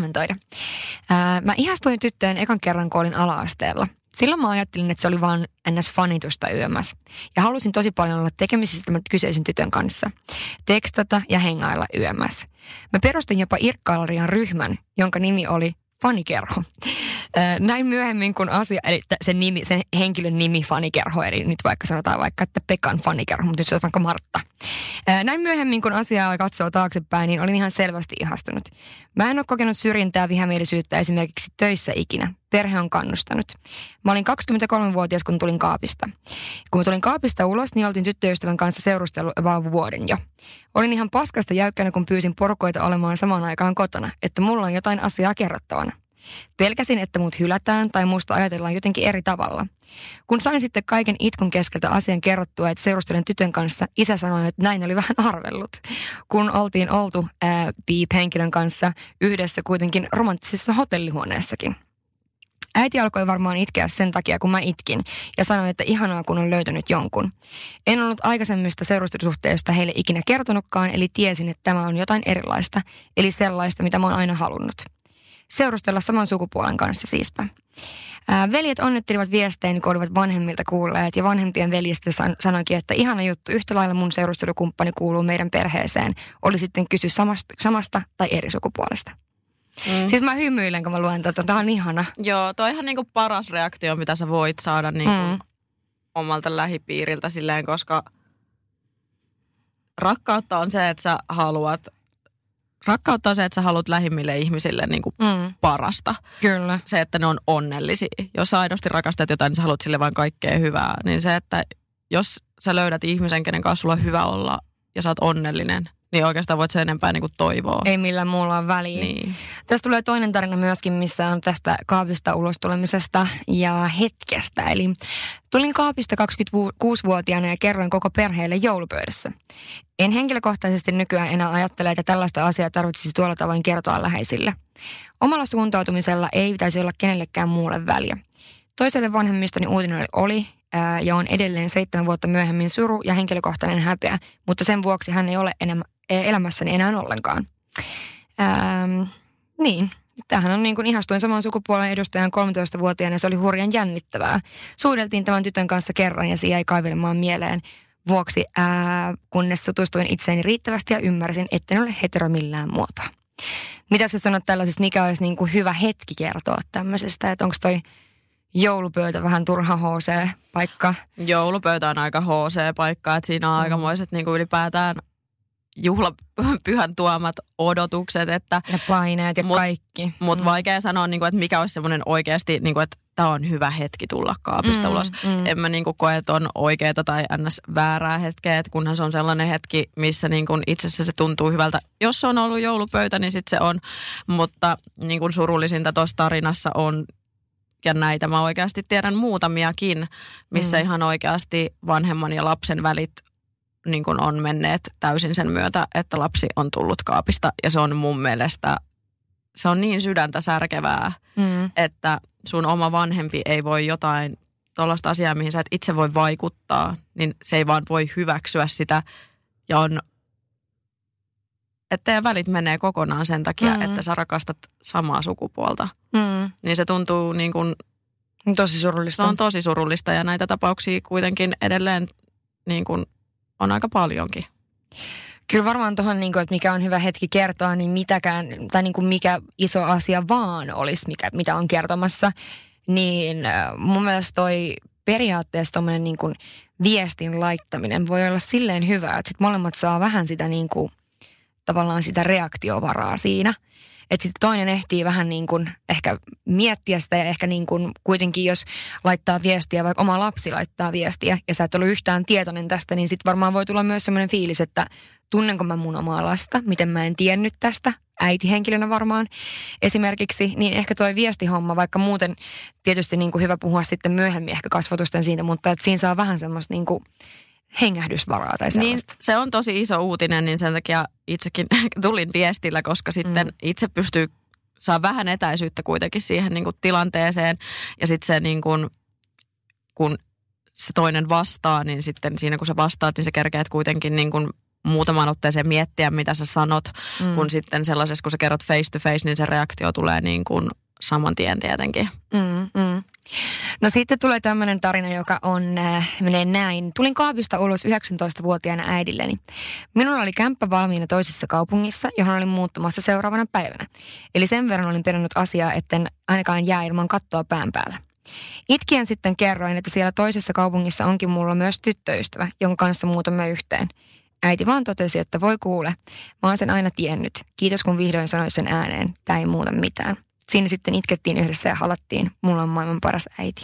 Mä ihastuin tyttöön ekan kerran, kun olin ala-asteella. Silloin mä ajattelin, että se oli vaan NS-fanitusta yömässä. Ja halusin tosi paljon olla tekemisissä tämän kyseisen tytön kanssa. Tekstata ja hengailla yömässä. Mä perustin jopa Irkkalarian ryhmän, jonka nimi oli Fanikerho. Näin myöhemmin kun asia, eli sen henkilön nimi Fanikerho, eli nyt sanotaan vaikka, että Pekan Fanikerho, mutta nyt se on vaikka Martta. Näin myöhemmin kun asiaa katsoo taaksepäin, niin olin ihan selvästi ihastunut. Mä en ole kokenut syrjintää, vihamielisyyttä esimerkiksi töissä ikinä. Perhe on kannustanut. Mä olin 23-vuotias, kun tulin kaapista. Kun mä tulin kaapista ulos, niin oltiin tyttöystävän kanssa seurustellut vaan vuoden jo. Olin ihan paskasta jäykkänä, kun pyysin porukoita olemaan samaan aikaan kotona, että mulla on jotain asiaa kerrottavana. Pelkäsin, että mut hylätään tai musta ajatellaan jotenkin eri tavalla. Kun sain sitten kaiken itkun keskeltä asian kerrottua, että seurustelen tytön kanssa, isä sanoi, että näin oli vähän arvellut. Kun oltiin oltu henkilön kanssa yhdessä kuitenkin romanttisessa hotellihuoneessakin. Äiti alkoi varmaan itkeä sen takia, kun mä itkin, ja sanoi, että ihanaa, kun on löytänyt jonkun. En ollut aikaisemmista seurustelusuhteista heille ikinä kertonutkaan, eli tiesin, että tämä on jotain erilaista, eli sellaista, mitä mä oon aina halunnut. Seurustella saman sukupuolen kanssa siispä. Veljet onnettelivat viestein, kun olivat vanhemmilta kuulleet, ja vanhempien veljistä sanoikin, että ihana juttu, yhtä lailla mun seurustelukumppani kuuluu meidän perheeseen, oli sitten kysy samasta tai eri sukupuolesta. Siis mä hymyilen, kun mä luen tätä. Tämä on ihana. Joo, toi on ihan niinku paras reaktio, mitä sä voit saada niinku omalta lähipiiriltä silleen, koska rakkautta on se, että sä haluat lähimmille ihmisille niinku parasta. Kyllä. Se, että ne on onnellisia. Jos sä aidosti rakastat jotain, niin sä haluat sille vain kaikkea hyvää. Niin se, että jos sä löydät ihmisen, kenen kanssa sulla on hyvä olla ja sä oot onnellinen, niin oikeastaan voit sen enempää niin kuin toivoa. Ei millään muulla on väliä. Niin. Tästä tulee toinen tarina myöskin, missä on tästä kaapista ulos tulemisesta ja hetkestä. Eli tulin kaapista 26-vuotiaana ja kerroin koko perheelle joulupöydässä. En henkilökohtaisesti nykyään enää ajattele, että tällaista asiaa tarvitsisi tuolla tavoin kertoa läheisille. Omalla suuntautumisella ei pitäisi olla kenellekään muulle väliä. Toiselle vanhemmistoni uutinen oli ja on edelleen 7 vuotta myöhemmin suru ja henkilökohtainen häpeä, mutta sen vuoksi hän ei ole elämässäni enää ollenkaan. Niin, tämähän on niin kuin ihastuin saman sukupuolen edustajan 13-vuotiaana ja se oli hurjan jännittävää. Suudeltiin tämän tytön kanssa kerran ja se jäi kaivelemaan mieleen vuoksi, kunnes tutustuin itseeni riittävästi ja ymmärsin, etten ole hetero millään muotoa. Mitä sä sanot tällaisesta, mikä olisi niin kuin hyvä hetki kertoa tämmöisestä, että onko toi joulupöytä vähän turha HC-paikka? Joulupöytä on aika HC-paikka, että siinä on aikamoiset niin kuin ylipäätään juhlapyhän tuomat odotukset. Että, ja paineet ja kaikki. Mutta vaikea sanoa, niin kuin, että mikä olisi semmoinen oikeasti, niin kuin, että tämä on hyvä hetki tulla kaapista ulos. En mä niin kuin koe, että on oikeaa tai ns. Väärää hetkeä, että kunhan se on sellainen hetki, missä niin kuin itse asiassa se tuntuu hyvältä. Jos se on ollut joulupöytä, niin sitten se on. Mutta niin kuin surullisinta tuossa tarinassa on, ja näitä mä oikeasti tiedän muutamiakin, missä ihan oikeasti vanhemman ja lapsen välit niin kuin on menneet täysin sen myötä, että lapsi on tullut kaapista. Ja se on mun mielestä, se on niin sydäntä särkevää, että sun oma vanhempi ei voi jotain tuollaista asiaa, mihin sä et itse voi vaikuttaa, niin se ei vaan voi hyväksyä sitä. Ja on, että teidän välit menee kokonaan sen takia, että sä rakastat samaa sukupuolta. Niin se tuntuu niin kuin... Tosi surullista. Se on tosi surullista ja näitä tapauksia kuitenkin edelleen niin kuin on aika paljonkin. Kyllä varmaan tuohon, niin että mikä on hyvä hetki kertoa, niin mitäkään, tai niin kuin mikä iso asia vaan olisi, mitä on kertomassa. Niin mun mielestä toi periaatteessa tommoinen niin kuin viestin laittaminen voi olla silleen hyvä, että sit molemmat saa vähän sitä niin kuin, tavallaan sitä reaktiovaraa siinä. Että sitten toinen ehtii vähän niin kuin ehkä miettiä sitä ja ehkä niin kuin kuitenkin jos laittaa viestiä, vaikka oma lapsi laittaa viestiä ja sä et ollut yhtään tietoinen tästä, niin sitten varmaan voi tulla myös semmoinen fiilis, että tunnenko mä mun omaa lasta, miten mä en tiennyt tästä, äitihenkilönä varmaan esimerkiksi, niin ehkä toi viestihomma, vaikka muuten tietysti niin kuin hyvä puhua sitten myöhemmin ehkä kasvatusten siitä, mutta että siinä saa vähän semmoista niin kuin hengähdysvaraa tai sellaista. Niin, se on tosi iso uutinen, niin sen takia itsekin tulin viestillä, koska sitten itse pystyy saa vähän etäisyyttä kuitenkin siihen niin kuin tilanteeseen. Ja sitten se niin kuin, kun se toinen vastaa, niin sitten siinä kun sä vastaat, niin sä kerkeät kuitenkin niin kuin muutamaan otteeseen miettiä, mitä sä sanot. Kun sitten sellaisessa, kun sä kerrot face to face, niin se reaktio tulee niin kuin saman tien tietenkin. No sitten tulee tämmöinen tarina, joka menee näin. Tulin kaapista ulos 19-vuotiaana äidilleni. Minulla oli kämppä valmiina toisessa kaupungissa, johon olin muuttumassa seuraavana päivänä. Eli sen verran olin perannut asiaa, etten ainakaan jää ilman kattoa pään päällä. Itkien sitten kerroin, että siellä toisessa kaupungissa onkin mulla myös tyttöystävä, jonka kanssa muutamme yhteen. Äiti vaan totesi, että voi kuule, mä oon sen aina tiennyt. Kiitos kun vihdoin sanoit sen ääneen, tää ei muuta mitään. Siinä sitten itkettiin yhdessä ja halattiin. Mulla on maailman paras äiti.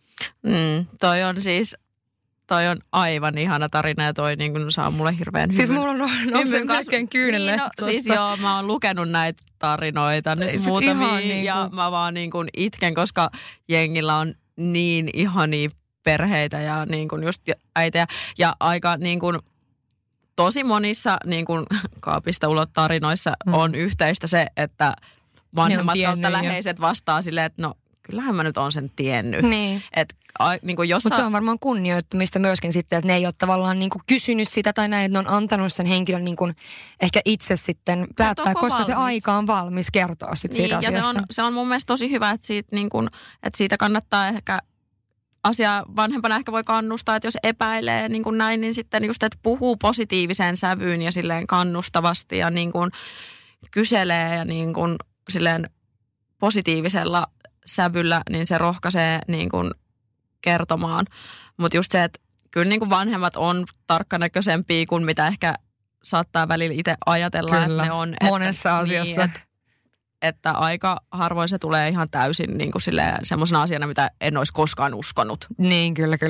Toi on aivan ihana tarina ja toi niin kuin saa mulle hirveän hyvin. Siis mulla on noussut melkein kyynelle. Niin, siis joo, mä oon lukenut näitä tarinoita nyt muutamia niin ja mä vaan niin kuin itken, koska jengillä on niin ihania perheitä ja niin kuin just äitejä. Ja aika niin kuin tosi monissa niin kuin kaapista ulos tarinoissa on yhteistä se, että vanhemmat kautta läheiset vastaa silleen, että no kyllähän mä nyt on sen tiennyt. Niin. Niin mutta se on varmaan kunnioittamista myöskin sitten, että ne ei ole tavallaan niin kuin kysynyt sitä tai näin, että ne on antanut sen henkilön niin kuin ehkä itse sitten päättää, koska valmis. Se aika on valmis kertoa sitten siitä asiasta. Ja se on mun mielestä tosi hyvä, että siitä kannattaa ehkä asiaa vanhempana ehkä voi kannustaa, että jos epäilee niin kuin näin, niin sitten just, että puhuu positiiviseen sävyyn ja silleen kannustavasti ja niin kuin kyselee ja niin kuin silleen positiivisella sävyllä, niin se rohkaisee niin kuin kertomaan. Mutta just se, että kyllä niin kuin vanhemmat on tarkkanäköisempiä kuin mitä ehkä saattaa välillä itse ajatella. Kyllä, että ne on, monessa asiassa. Niin, että aika harvoin se tulee ihan täysin niin kuin semmoisena asiana, mitä en olisi koskaan uskonut. Niin, kyllä.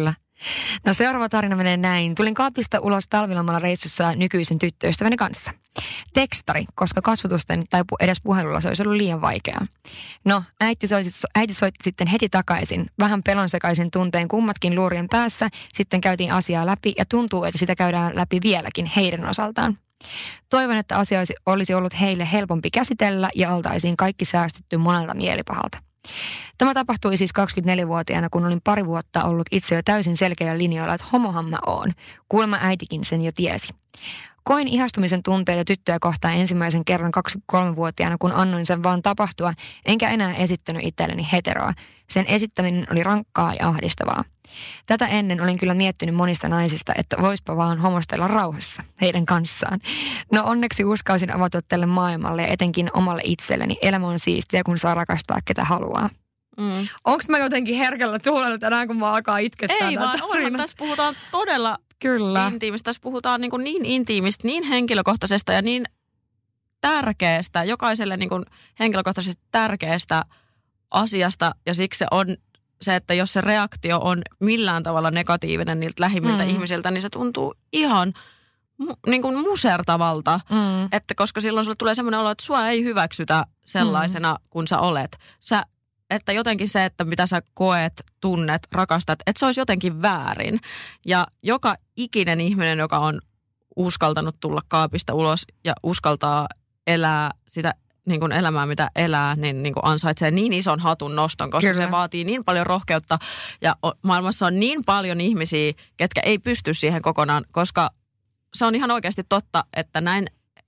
No seuraava tarina menee näin. Tulin kaapista ulos talvilomalla reissussa nykyisen tyttöystäväni kanssa. Tekstari, koska kasvatusten tai edes puhelulla se olisi ollut liian vaikeaa. No, äiti soitti sitten heti takaisin. Vähän pelonsekaisin tunteen kummatkin luurien päässä. Sitten käytiin asiaa läpi ja tuntuu, että sitä käydään läpi vieläkin heidän osaltaan. Toivon, että asia olisi ollut heille helpompi käsitellä ja oltaisiin kaikki säästetty monelta mielipahalta. Tämä tapahtui siis 24-vuotiaana, kun olin pari vuotta ollut itse jo täysin selkeillä linjoilla, että homohan mä oon. Kuulemma äitikin sen jo tiesi. Koin ihastumisen tunteita tyttöjä kohtaan ensimmäisen kerran 23-vuotiaana, kun annoin sen vaan tapahtua, enkä enää esittänyt itselleni heteroa. Sen esittäminen oli rankkaa ja ahdistavaa. Tätä ennen olin kyllä miettinyt monista naisista, että voispa vaan homostella rauhassa heidän kanssaan. No onneksi uskalsin avautua tälle maailmalle ja etenkin omalle itselleni. Elämä on siistiä, kun saa rakastaa ketä haluaa. Onko mä jotenkin herkällä tuulella tänään, kun mä alkaa itkettää? Ei vaan, tässä puhutaan todella kyllä intiimistä. Tässä puhutaan niin intiimistä, niin henkilökohtaisesta ja niin tärkeästä, jokaiselle niin kuin henkilökohtaisesti tärkeästä asiasta. Ja siksi se on se, että jos se reaktio on millään tavalla negatiivinen niiltä lähimmiltä ihmisiltä, niin se tuntuu ihan niin kuin musertavalta. Että koska silloin sulle tulee semmoinen olo, että sua ei hyväksytä sellaisena kuin sä olet. Että jotenkin se, että mitä sä koet, tunnet, rakastat, että se olisi jotenkin väärin. Ja joka ikinen ihminen, joka on uskaltanut tulla kaapista ulos ja uskaltaa elää sitä niin kuin elämää, mitä elää, niin kuin ansaitsee niin ison hatun noston, koska kyllä se vaatii niin paljon rohkeutta. Ja maailmassa on niin paljon ihmisiä, ketkä ei pysty siihen kokonaan, koska se on ihan oikeasti totta, että näin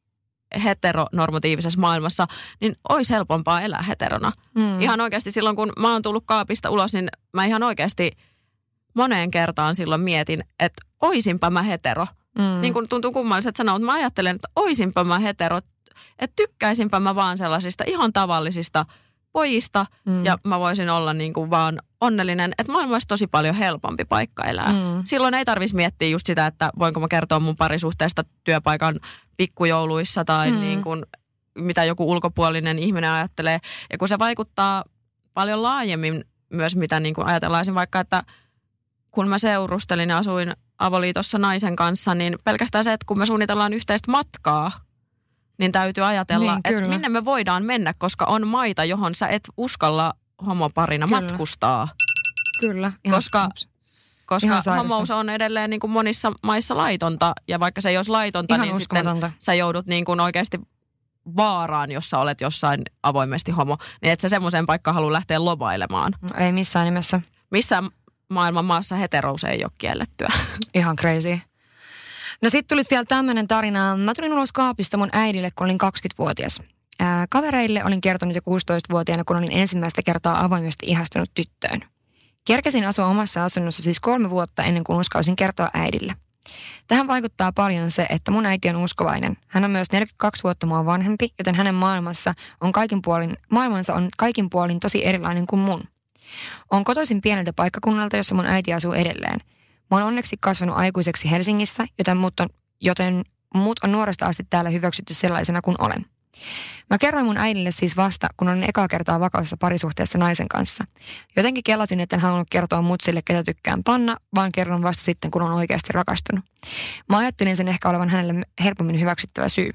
heteronormatiivisessa maailmassa, niin olisi helpompaa elää heterona. Ihan oikeasti silloin, kun mä oon tullut kaapista ulos, niin mä ihan oikeasti moneen kertaan silloin mietin, että oisinpä mä hetero. Niin kuin tuntuu kummalliset sanoa, mutta mä ajattelen, että oisinpä mä hetero, että tykkäisinpä mä vaan sellaisista ihan tavallisista pojista ja mä voisin olla niin kuin vaan onnellinen, että maailma olisi tosi paljon helpompi paikka elää. Silloin ei tarvitsisi miettiä just sitä, että voinko mä kertoa mun parisuhteesta työpaikan pikkujouluissa tai niin kuin mitä joku ulkopuolinen ihminen ajattelee. Ja kun se vaikuttaa paljon laajemmin myös, mitä niin kuin ajatellaan vaikka, että kun mä seurustelin ja asuin avoliitossa naisen kanssa, niin pelkästään se, että kun me suunnitellaan yhteistä matkaa, niin täytyy ajatella, niin, että minne me voidaan mennä, koska on maita, johon sä et uskalla homoparina matkustaa. Kyllä. Koska homous on edelleen niin kuin monissa maissa laitonta, ja vaikka se ei olisi laitonta, ihan niin sitten sä joudut niin kuin oikeasti vaaraan, jos sä olet jossain avoimesti homo, niin et sä semmoiseen paikkaan halua lähteä lobailemaan. No, ei missään nimessä. Missään maailman maassa heterous ei ole kiellettyä. Ihan crazy. No sit tulisi vielä tämmöinen tarina. Mä tulin ulos kaapista mun äidille, kun olin 20-vuotias. Kavereille olin kertonut jo 16-vuotiaana, kun olin ensimmäistä kertaa avoimesti ihastunut tyttöön. Kerkesin asua omassa asunnossa siis 3 vuotta ennen kuin uskalsin kertoa äidille. Tähän vaikuttaa paljon se, että mun äiti on uskovainen. Hän on myös 42 vuotta mua vanhempi, joten hänen maailmansa on kaikin puolin tosi erilainen kuin mun. Olen kotoisin pieneltä paikkakunnalta, jossa mun äiti asuu edelleen. Mä oon onneksi kasvanut aikuiseksi Helsingissä, joten mut on nuoresta asti täällä hyväksytty sellaisena kuin olen. Mä kerroin mun äidille siis vasta, kun olin ekaa kertaa vakavassa parisuhteessa naisen kanssa. Jotenkin kelasin, että en halunnut kertoa mutsille, ketä tykkään panna, vaan kerron vasta sitten, kun on oikeasti rakastunut. Mä ajattelin sen ehkä olevan hänelle helpommin hyväksyttävä syy.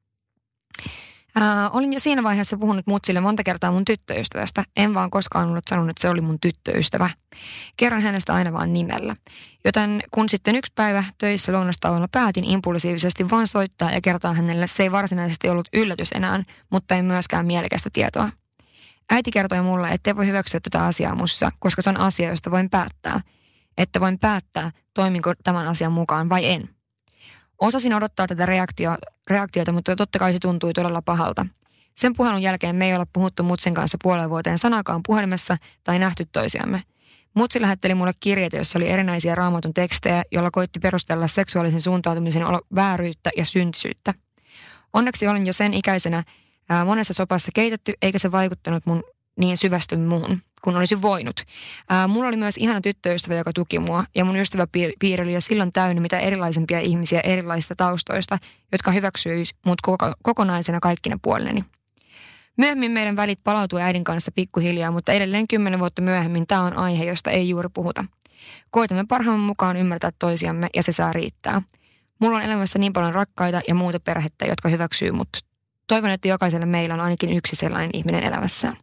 Olin jo siinä vaiheessa puhunut mutsille monta kertaa mun tyttöystävästä. En vaan koskaan ollut sanonut, että se oli mun tyttöystävä. Kerron hänestä aina vaan nimellä. Joten kun sitten yksi päivä töissä lounastauolla päätin impulsiivisesti vaan soittaa ja kertoa hänelle, se ei varsinaisesti ollut yllätys enää, mutta ei myöskään mielekästä tietoa. Äiti kertoi mulle, ettei voi hyväksyä tätä asiaa mussa, koska se on asia, josta voin päättää. Että voin päättää, toiminko tämän asian mukaan vai en. Osasin odottaa tätä reaktiota, mutta totta kai se tuntui todella pahalta. Sen puhelun jälkeen me ei olla puhuttu mutsin kanssa 0,5 vuoteen sanakaan puhelimessa tai nähty toisiamme. Mutsi lähetteli mulle kirjeitä, jossa oli erinäisiä Raamatun tekstejä, jolla koitti perustella seksuaalisen suuntautumisen vääryyttä ja syntisyyttä. Onneksi olin jo sen ikäisenä monessa sopassa keitetty, eikä se vaikuttanut mun niin syvästi muuhun, kun olisi voinut. Mulla oli myös ihana tyttöystävä, joka tuki mua, ja mun ystäväpiiri oli jo silloin täynnä mitä erilaisempia ihmisiä erilaisista taustoista, jotka hyväksyisi mut kokonaisena kaikkina puolineni. Myöhemmin meidän välit palautui äidin kanssa pikkuhiljaa, mutta edelleen 10 vuotta myöhemmin tämä on aihe, josta ei juuri puhuta. Koitamme parhaamme mukaan ymmärtää toisiamme ja se saa riittää. Mulla on elämässä niin paljon rakkaita ja muuta perhettä, jotka hyväksyy mut. Toivon, että jokaiselle meillä on ainakin yksi sellainen ihminen elämässään.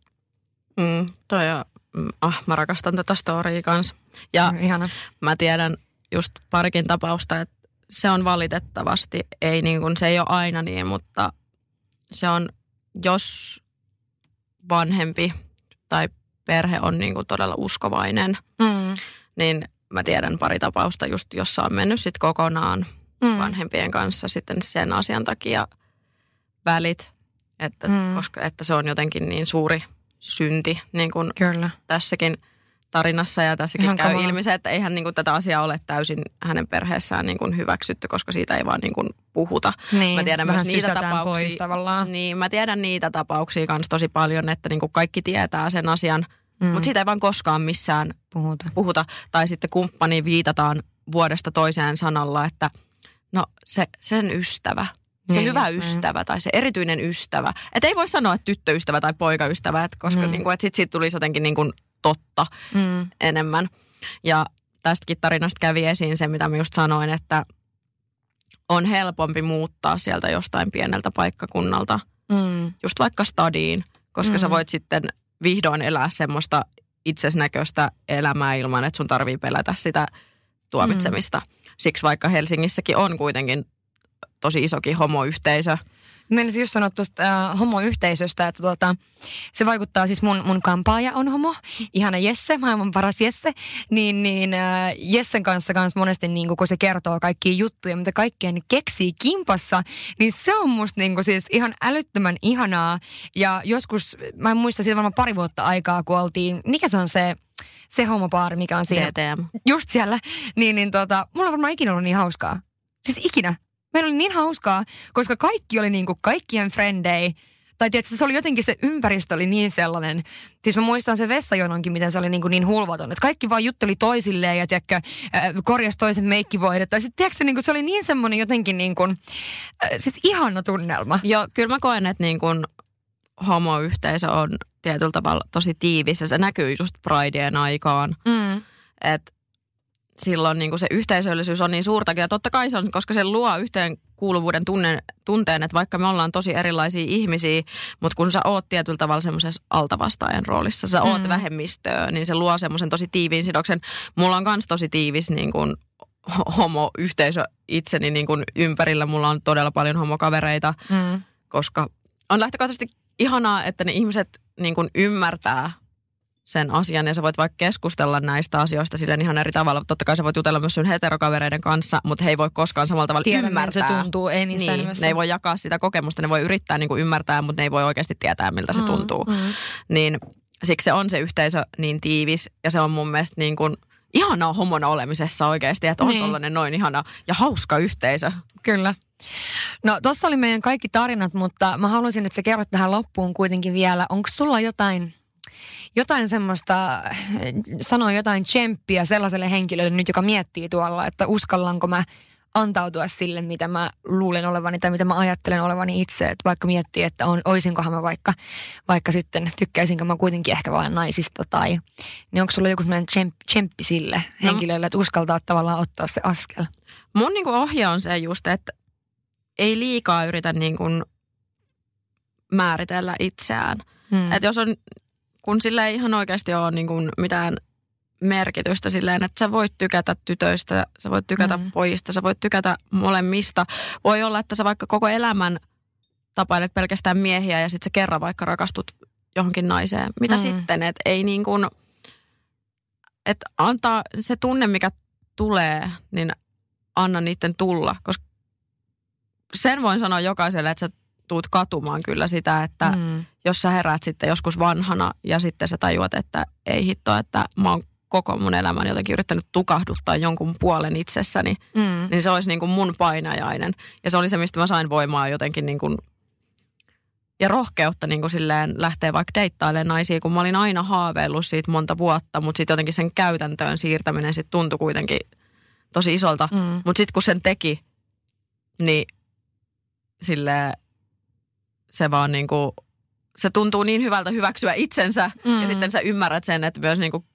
Mä rakastan tätä storya kanssa. Ja ihana. Mä tiedän just parikin tapausta, että se on valitettavasti, ei niin kuin, se ei ole aina niin, mutta se on, jos vanhempi tai perhe on niin kuin todella uskovainen, niin mä tiedän pari tapausta just, jossa on mennyt sitten kokonaan vanhempien kanssa sitten sen asian takia välit, että se on jotenkin niin suuri synti, niin kuin Kyllä. tässäkin tarinassa ja tässäkin ihan käy kamala. ilmi se, että eihän niin kuin tätä asiaa ole täysin hänen perheessään niin kuin hyväksytty, koska siitä ei vaan niin kuin puhuta. Niin, mä tiedän myös niitä tapauksia. Niin, mä tiedän niitä tapauksia kanssa tosi paljon, että niin kuin kaikki tietää sen asian, mutta siitä ei vaan koskaan missään puhuta. Tai sitten kumppaniin viitataan vuodesta toiseen sanalla, että no sen ystävä. Se niin, hyvä ystävä tai se erityinen ystävä. Että ei voi sanoa, että tyttöystävä tai poikaystävä, koska niin kuin, että sit siitä tulisi jotenkin niin kuin totta enemmän. Ja tästäkin tarinasta kävi esiin se, mitä mä just sanoin, että on helpompi muuttaa sieltä jostain pieneltä paikkakunnalta, just vaikka stadiin, koska sä voit sitten vihdoin elää semmoista itsesnäköistä elämää ilman, että sun tarvii pelätä sitä tuomitsemista. Siksi vaikka Helsingissäkin on kuitenkin tosi isokin homoyhteisö. Meinasin just sanoa tuosta homoyhteisöstä, että se vaikuttaa siis mun kampaaja on homo, ihana Jesse, maailman paras Jesse, niin Jessen kanssa monesti niin kun se kertoo kaikkia juttuja, mitä kaikkea ne keksii kimpassa, niin se on musta niin siis ihan älyttömän ihanaa. Ja joskus, mä en muista siitä varmaan pari vuotta aikaa, kun oltiin, mikä se on se homopaari, mikä on siinä? DTM. Just siellä. Mulla on varmaan ikinä ollut niin hauskaa. Siis ikinä. Meillä oli niin hauskaa, koska kaikki oli niinku kaikkien frendei. Tai tietysti se oli jotenkin, se ympäristö oli niin sellainen. Siis mä muistan se vessajononkin, miten se oli niin hulvaton. Että kaikki vaan jutteli toisilleen ja korjasi toisen meikkivoidet. Tai sitten tiedätkö, se oli niin semmoinen jotenkin siis ihana tunnelma. Joo, kyllä mä koen, että homoyhteisö on tietyllä tavalla tosi tiivis ja se näkyy just Prideen aikaan. Että silloin se yhteisöllisyys on niin suurtakin. Ja totta kai se on, koska se luo yhteenkuuluvuuden tunteen, että vaikka me ollaan tosi erilaisia ihmisiä, mutta kun sä oot tietyllä tavalla semmoisessa altavastaajan roolissa, sä oot vähemmistöä, niin se luo semmoisen tosi tiiviin sidoksen. Mulla on myös tosi tiivis homoyhteisö itseni ympärillä. Mulla on todella paljon homokavereita, koska on lähtökohtaisesti ihanaa, että ne ihmiset ymmärtää sen asian ja sä voit vaikka keskustella näistä asioista silleen ihan eri tavalla. Totta kai sä voit jutella myös sun heterokavereiden kanssa, mutta he ei voi koskaan samalla tavalla ymmärtää. Se tuntuu, ei missään nimessä. Ne ei voi jakaa sitä kokemusta, ne voi yrittää ymmärtää, mutta ne ei voi oikeasti tietää, miltä se tuntuu. Niin siksi se on se yhteisö niin tiivis ja se on mun mielestä ihanaa homona olemisessa oikeasti, että on tollainen noin ihana ja hauska yhteisö. Kyllä. No tossa oli meidän kaikki tarinat, mutta mä haluaisin, että sä kerrot tähän loppuun kuitenkin vielä. Onko sulla jotain semmoista, sanoo jotain tsemppiä sellaiselle henkilölle nyt, joka miettii tuolla, että uskallanko mä antautua sille, mitä mä luulen olevani tai mitä mä ajattelen olevani itse. Että vaikka miettii, että oisinkohan mä vaikka sitten tykkäisinkö mä kuitenkin ehkä vain naisista niin onko sulla joku sellainen tsemppi sille henkilölle, että uskaltaa tavallaan ottaa se askel? Mun ohje on se just, että ei liikaa yritä määritellä itseään. Että jos on, kun sillä ei ihan oikeasti ole mitään merkitystä silleen, että sä voit tykätä tytöistä, sä voit tykätä pojista, sä voit tykätä molemmista. Voi olla, että sä vaikka koko elämän tapailet pelkästään miehiä ja sitten sä kerran vaikka rakastut johonkin naiseen. Mitä sitten? Että ei että antaa se tunne, mikä tulee, niin anna niiden tulla. Koska sen voin sanoa jokaiselle, että sä tuut katumaan kyllä sitä, että jos sä heräät sitten joskus vanhana ja sitten sä tajuat, että ei hittoa, että mä oon koko mun elämän jotenkin yrittänyt tukahduttaa jonkun puolen itsessäni, niin se olisi mun painajainen. Ja se oli se, mistä mä sain voimaa jotenkin ja rohkeutta silleen lähteä vaikka deittailemaan naisia, kun mä olin aina haaveillut siitä monta vuotta, mutta sitten jotenkin sen käytäntöön siirtäminen sitten tuntui kuitenkin tosi isolta. Mutta sitten kun sen teki, niin silleen se vaan se tuntuu niin hyvältä hyväksyä itsensä ja sitten sä ymmärrät sen, että myös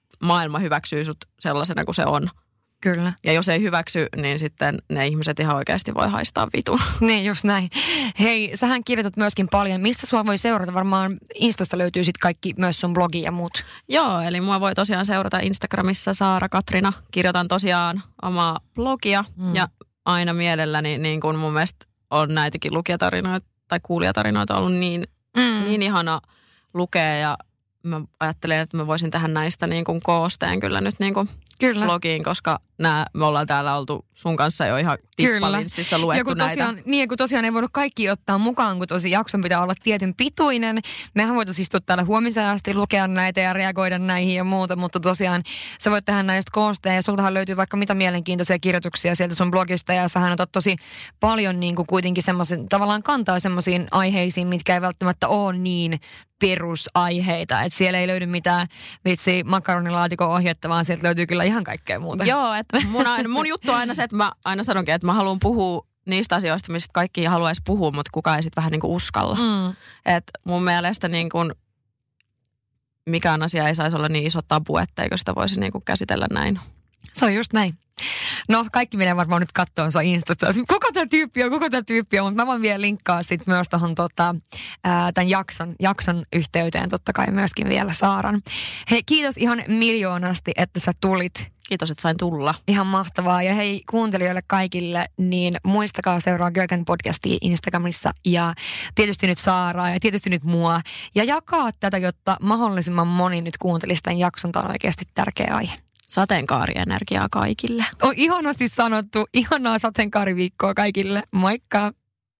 maailma hyväksyy sut sellaisena kuin se on. Kyllä. Ja jos ei hyväksy, niin sitten ne ihmiset ihan oikeasti voi haistaa vitun. Niin, just näin. Hei, sähän kirjoitat myöskin paljon. Mistä sua voi seurata? Varmaan Instasta löytyy sitten kaikki, myös sun blogi ja muut. Joo, eli mua voi tosiaan seurata Instagramissa Saara Katrina. Kirjoitan tosiaan omaa blogia ja aina mielelläni niin kun mun mielestä on näitäkin lukijatarinoita tai kuulijatarinoita ollut niin ihana lukea ja mä ajattelen, että mä voisin tehdä näistä niin kuin koosteen kyllä nyt niin kuin blogiin, koska me ollaan täällä oltu sun kanssa jo ihan tippalinssissä luettu näitä. Niin, kun tosiaan ei voinut kaikki ottaa mukaan, kun tosi jakson pitää olla tietyn pituinen. Mehän voitaisiin istua täällä huomiseen asti lukea näitä ja reagoida näihin ja muuta, mutta tosiaan sä voit tehdä näistä koosteen ja sultahan löytyy vaikka mitä mielenkiintoisia kirjoituksia sieltä sun blogista ja sähän otat tosi paljon niin kuin kuitenkin semmoisen, tavallaan kantaa semmoisiin aiheisiin, mitkä ei välttämättä ole niin perusaiheita, että siellä ei löydy mitään makaronilaatikon ohjetta, vaan sieltä löytyy kyllä ihan kaikkea muuta. Joo, että mun juttu on aina se, että mä aina sanonkin, että mä haluan puhua niistä asioista, mistä kaikki haluaisi puhua, mutta kukaan ei sitten vähän niin kuin uskalla. Että mun mielestä niin kuin mikään asia ei saisi olla niin iso tabu, etteikö sitä voisi niin kuin käsitellä näin. Se on just näin. No, kaikki menee varmaan nyt kattoon sua Instassa. Koko tämä tyyppi on, mutta mä voin vielä linkkaa sitten myös tuohon tämän jakson yhteyteen totta kai myöskin vielä Saaran. Hei, kiitos ihan miljoonasti, että sä tulit. Kiitos, että sain tulla. Ihan mahtavaa. Ja hei, kuuntelijoille kaikille, niin muistakaa seuraa Girlgrind podcastia Instagramissa ja tietysti nyt Saaraa ja tietysti nyt mua. Ja jakaa tätä, jotta mahdollisimman moni nyt kuuntelisi tämän jakson. Tämä on oikeasti tärkeä aihe. Sateenkaarienergiaa kaikille. On ihanasti sanottu. Ihanaa sateenkaariviikkoa kaikille. Moikka!